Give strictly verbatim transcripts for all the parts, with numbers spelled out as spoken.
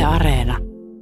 Areena.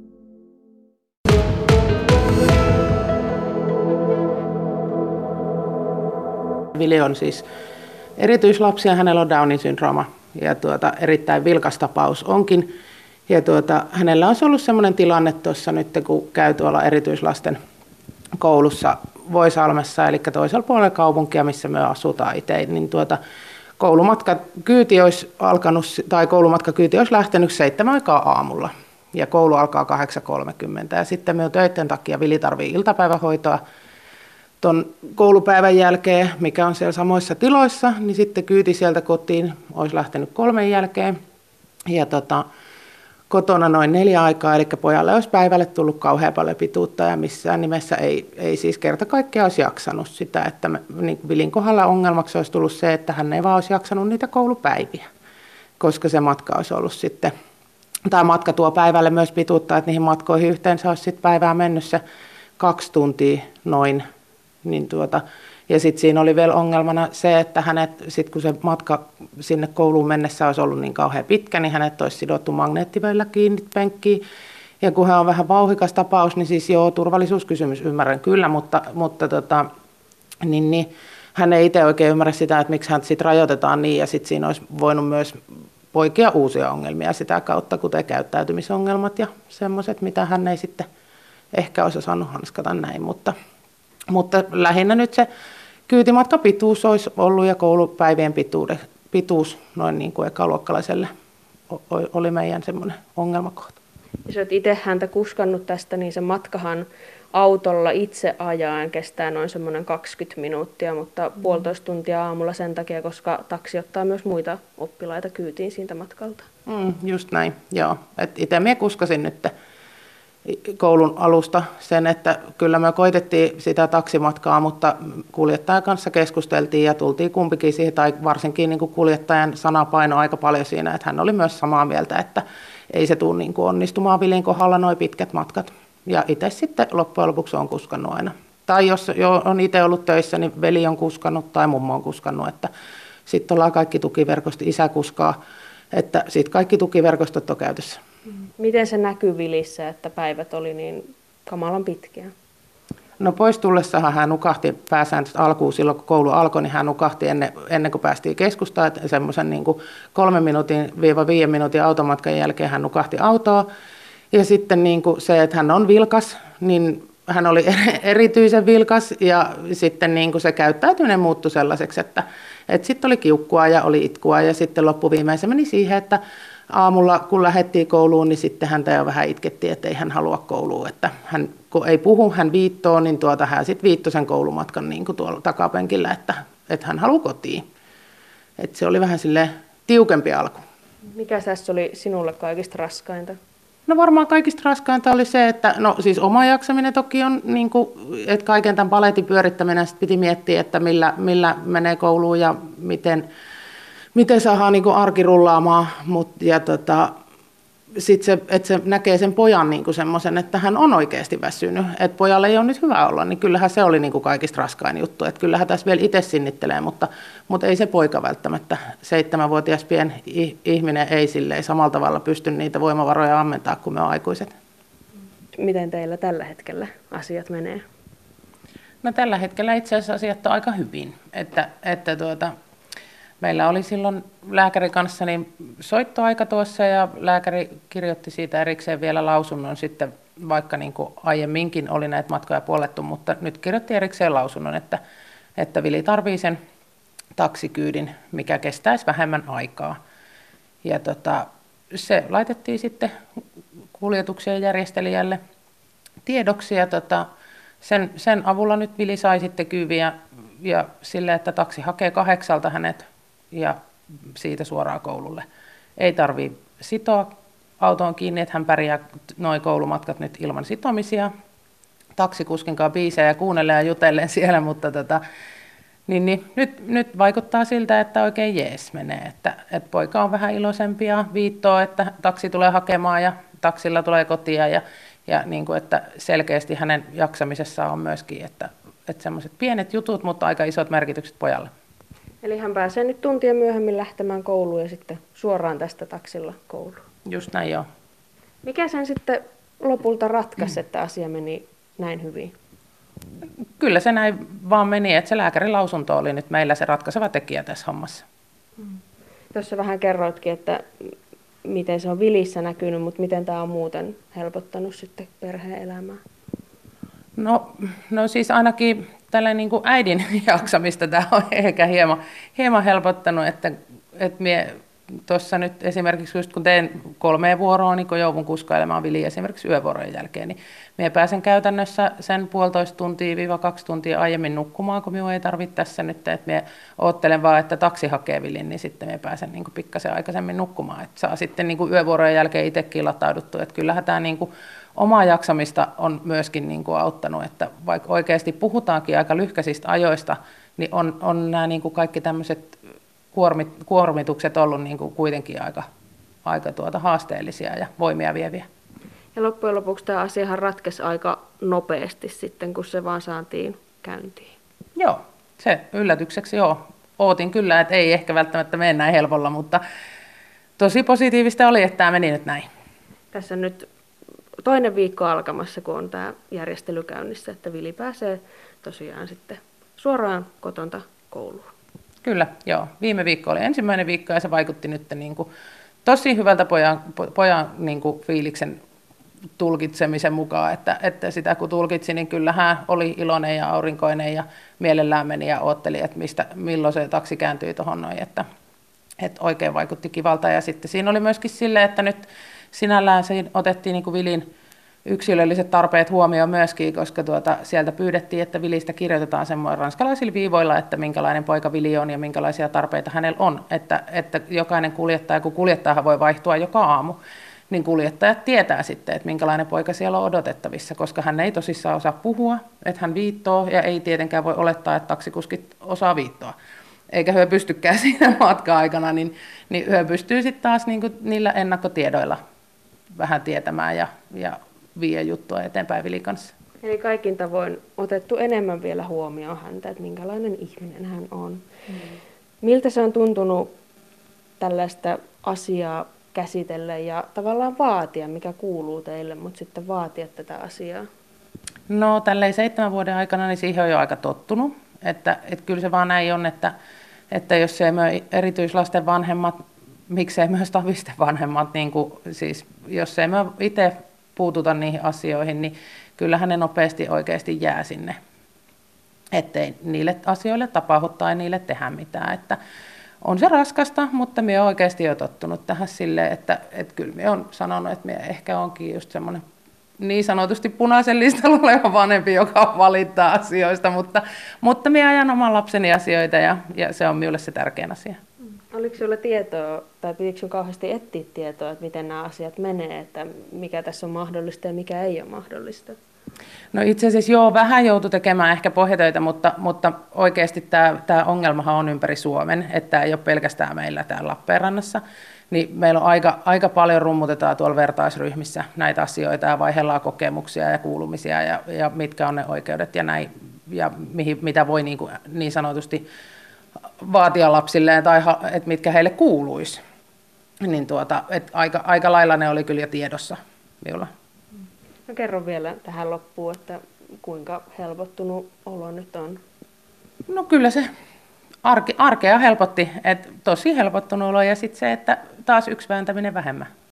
Vili on siis erityislapsi ja hänellä on Downin syndrooma ja tuota, erittäin vilkas tapaus onkin. Ja tuota, hänellä on ollut sellainen tilanne tuossa nyt, kun käy tuolla erityislasten koulussa Voisalmessa, eli toisella puolella kaupunkia, missä me asutaan itse, niin tuota, koulumatkakyyti olisi alkanut, tai koulumatkakyyti olisi lähtenyt seitsemän aikaa aamulla. Ja koulu alkaa kahdeksan kolmekymmentä. Ja sitten minun töiden takia Vili tarvitsee iltapäivähoitoa tuon koulupäivän jälkeen, mikä on siellä samoissa tiloissa, niin sitten kyyti sieltä kotiin olisi lähtenyt kolmen jälkeen. Ja tota, kotona noin neljä aikaa, eli pojalle olisi päivälle tullut kauhean paljon pituutta ja missään nimessä ei, ei siis kerta kaikkiaan olisi jaksanut sitä, että me, niin Vilin kohdalla ongelmaksi olisi tullut se, että hän ei vaan olisi jaksanut niitä koulupäiviä, koska se matka olisi ollut sitten, tai matka tuo päivälle myös pituutta, että niihin matkoihin yhteensä olisi sitten päivää mennyt se kaksi tuntia noin, niin tuota, ja sitten siinä oli vielä ongelmana se, että hänet, sit kun se matka sinne kouluun mennessä olisi ollut niin kauhean pitkä, niin hänet olisi sidottu magneettiväillä kiinni penkkiin. Ja kun hän on vähän vauhikas tapaus, niin siis joo, turvallisuuskysymys ymmärrän kyllä, mutta, mutta tota, niin, niin, hän ei itse oikein ymmärrä sitä, että miksi hän sitten rajoitetaan niin, ja sitten siinä olisi voinut myös poikia uusia ongelmia sitä kautta, kuten käyttäytymisongelmat ja semmoiset, mitä hän ei sitten ehkä olisi osannut hanskata näin, mutta, mutta lähinnä nyt se kyytimatka pituus olisi ollut ja koulupäivien pituus, pituus noin niin kuin ekaluokkalaiselle oli meidän semmoinen ongelmakohta. Jos olet itse häntä kuskannut tästä, niin se matkahan autolla itse ajaen kestää noin semmoinen kaksikymmentä minuuttia, mutta mm. puolitoista tuntia aamulla sen takia, koska taksi ottaa myös muita oppilaita kyytiin siitä matkalta. Mm, just näin, joo. Et itse minä kuskasin nyt koulun alusta sen, että kyllä me koitettiin sitä taksimatkaa, mutta kuljettajan kanssa keskusteltiin ja tultiin kumpikin siihen, tai varsinkin niin kuin kuljettajan sana painoi aika paljon siinä, että hän oli myös samaa mieltä, että ei se tule niin kuin onnistumaan Vilin kohdalla nuo pitkät matkat. Ja itse sitten loppujen lopuksi on kuskannut aina. Tai jos on itse ollut töissä, niin veli on kuskannut tai mummo on kuskannut, että sitten ollaan kaikki tukiverkostot, isä kuskaa, että sitten kaikki tukiverkostot on käytössä. Miten se näkyy Vilissä, että päivät oli niin kamalan pitkiä? No pois tullessahan hän nukahti pääsääntöisesti alkuun silloin, kun koulu alkoi, niin hän nukahti ennen, ennen kuin päästiin keskustaan, että semmoisen niin kuin kolmen minuutin viiva viiden minuutin automatkan jälkeen hän nukahti autoon. Ja sitten niin kuin se, että hän on vilkas, niin hän oli erityisen vilkas ja sitten niin kuin se käyttäytyminen muuttui sellaiseksi, että, että sitten oli kiukkua ja oli itkua ja sitten loppuviimein se meni siihen, että aamulla kun lähdettiin kouluun, niin sitten häntä jo vähän itkettiin, että ei hän halua kouluun, että hän kun ei puhu, hän viittoo, niin tuota, hän sitten viittoi sen koulumatkan niin kuin tuolla takapenkillä, että, että hän haluaa kotiin. Että se oli vähän silleen tiukempi alku. Mikä tässä oli sinulle kaikista raskainta? No varmaan kaikista raskainta oli se, että no siis oma jaksaminen toki on, niin kuin, että kaiken tämän paletin pyörittäminen sit piti miettiä, että millä, millä menee kouluun ja miten, miten saadaan niin kuin arki rullaamaan. Mut, ja tota, sitten se, että se näkee sen pojan niin kuin semmoisen, että hän on oikeasti väsynyt, että pojalle ei ole nyt hyvä olla, niin kyllähän se oli niin kuin kaikista raskain juttu, että kyllähän tässä vielä itse sinnittelee, mutta, mutta ei se poika välttämättä, seitsemänvuotias pieni ihminen ei silleen samalla tavalla pysty niitä voimavaroja ammentaa kuin me aikuiset. Miten teillä tällä hetkellä asiat menee? No tällä hetkellä itse asiassa asiat on aika hyvin, että, että tuota, meillä oli silloin lääkärin kanssa niin soittoaika tuossa ja lääkäri kirjoitti siitä erikseen vielä lausunnon sitten, vaikka niin kuin aiemminkin oli näitä matkoja puolettu, mutta nyt kirjoitti erikseen lausunnon, että, että Vili tarvii sen taksikyydin, mikä kestäisi vähemmän aikaa. Ja tota, se laitettiin sitten kuljetuksien järjestelijälle tiedoksi ja tota, sen, sen avulla nyt Vili sai sitten kyyviä ja sille, että taksi hakee kahdeksalta hänet ja siitä suoraan koululle. Ei tarvitse sitoa autoon kiinni, että hän pärjää nuo koulumatkat nyt ilman sitomisia. Taksikuskinkaan biisejä kuunnellen ja jutellen siellä, mutta tota, niin, niin, nyt, nyt vaikuttaa siltä, että oikein jees menee. Että, että poika on vähän iloisempi ja viittoo, että taksi tulee hakemaan ja taksilla tulee kotia. Ja, ja niin kuin, että selkeästi hänen jaksamisessaan on myöskin, että, että semmoiset pienet jutut, mutta aika isot merkitykset pojalle. Eli hän pääsee nyt tuntia myöhemmin lähtemään kouluun ja sitten suoraan tästä taksilla kouluun. Just näin, joo. Mikä sen sitten lopulta ratkaisi, että asia meni näin hyvin? Kyllä se näin vaan meni, että se lääkärin lausunto oli nyt meillä se ratkaiseva tekijä tässä hommassa. Tuossa vähän kerroitkin, että miten se on Vilissä näkynyt, mutta miten tämä on muuten helpottanut sitten perheen elämää? No, no siis ainakin tällä niin kuin äidin jaksamista tämä on ehkä hieman, hieman helpottanut, että, että mie tuossa nyt esimerkiksi just kun teen kolmeen vuoroa, niin kun joudun kuskailemaan Viliä esimerkiksi yövuorojen jälkeen, niin minä pääsen käytännössä sen puolitoista tuntia viiva kaksi tuntia aiemmin nukkumaan, kun minua ei tarvitse tässä nyt, että minä odottelen vaan, että taksi hakee Vilin, niin sitten minä pääsen niin kuin pikkasen aikaisemmin nukkumaan, että saa sitten niin kuin yövuorojen jälkeen itsekin latauduttua, että kyllähän tämä niin kuin omaa jaksamista on myöskin niin kuin auttanut, että vaikka oikeasti puhutaankin aika lyhkäisistä ajoista, niin on, on nämä niin kuin kaikki tämmöiset kuormitukset ollut niin kuin kuitenkin aika, aika tuota haasteellisia ja voimia vieviä. Ja loppujen lopuksi tämä asiahan ratkesi aika nopeasti sitten, kun se vaan saatiin käyntiin. Joo, se yllätykseksi joo. Ootin kyllä, että ei ehkä välttämättä mene näin helpolla, mutta tosi positiivista oli, että tämä meni nyt näin. Tässä nyt toinen viikko alkamassa, kun on tämä järjestely käynnissä, että Vili pääsee tosiaan sitten suoraan kotonta kouluun. Kyllä, joo. Viime viikko oli ensimmäinen viikko ja se vaikutti nyt niin kuin tosi hyvältä pojan, pojan niin kuin fiiliksen tulkitsemisen mukaan, että, että sitä kun tulkitsin, niin kyllä hän oli iloinen ja aurinkoinen ja mielellään meni ja odotteli, että mistä, milloin se taksi kääntyi tuohon noin, että, että oikein vaikutti kivalta. Ja sitten siinä oli myöskin silleen, että nyt sinällään siinä otettiin niin kuin Vilin yksilölliset tarpeet huomioon myöskin, koska tuota, sieltä pyydettiin, että Vilistä kirjoitetaan semmoinen ranskalaisilla viivoilla, että minkälainen poika Vili on ja minkälaisia tarpeita hänellä on. Että, että jokainen kuljettaja, kun kuljettajahan voi vaihtua joka aamu, niin kuljettajat tietää sitten, että minkälainen poika siellä on odotettavissa, koska hän ei tosissaan osaa puhua, että hän viittoo ja ei tietenkään voi olettaa, että taksikuskit osaa viittoa. Eikä hyö pystykään siinä matka-aikana, niin, niin hyö pystyy sitten taas niin kuin niillä ennakkotiedoilla vähän tietämään ja, ja vie juttua eteenpäin Vilin kanssa. Eli kaikin tavoin otettu enemmän vielä huomioon häntä, että minkälainen ihminen hän on. Mm. Miltä se on tuntunut tällaista asiaa käsitellä ja tavallaan vaatia, mikä kuuluu teille, mutta sitten vaatia tätä asiaa? No tälleen seitsemän vuoden aikana niin siihen on jo aika tottunut, että, että kyllä se vaan näin on, että, että jos ei me erityislasten vanhemmat, miksei myös tavisten vanhemmat, niin kuin, siis jos ei me itse puututa niihin asioihin, niin kyllähän ne nopeasti oikeasti jää sinne, ettei niille asioille tapahdu tai niille tehdä mitään. Että on se raskasta, mutta minä olen oikeasti jo tottunut tähän silleen, että, että kyllä minä olen sanonut, että minä ehkä onkin just semmoinen niin sanotusti punaisen listalla oleva vanhempi, joka valittaa asioista, mutta, mutta minä ajan oman lapseni asioita ja, ja se on minulle se tärkein asia. Oliko sinulla tietoa, tai pitikö sinun kauheasti etsiä tietoa, että miten nämä asiat menee, että mikä tässä on mahdollista ja mikä ei ole mahdollista? No itse asiassa joo, vähän joutui tekemään ehkä pohjatöitä, mutta, mutta oikeasti tämä, tämä ongelmahan on ympäri Suomen, että tämä ei ole pelkästään meillä täällä Lappeenrannassa. Niin meillä on aika, aika paljon rummutetaan tuolla vertaisryhmissä näitä asioita ja vaihdellaan kokemuksia ja kuulumisia ja, ja mitkä on ne oikeudet ja, näin, ja mihin, mitä voi niin, kuin, niin sanotusti vaatia lapsilleen tai että mitkä heille kuuluisi. Niin tuota, et aika, aika lailla ne oli kyllä jo tiedossa minulla. No kerro vielä tähän loppuun, että kuinka helpottunut olo nyt on? No kyllä se arke, arkea helpotti, että tosi helpottunut olo ja sitten se, että taas yksi vääntäminen vähemmän.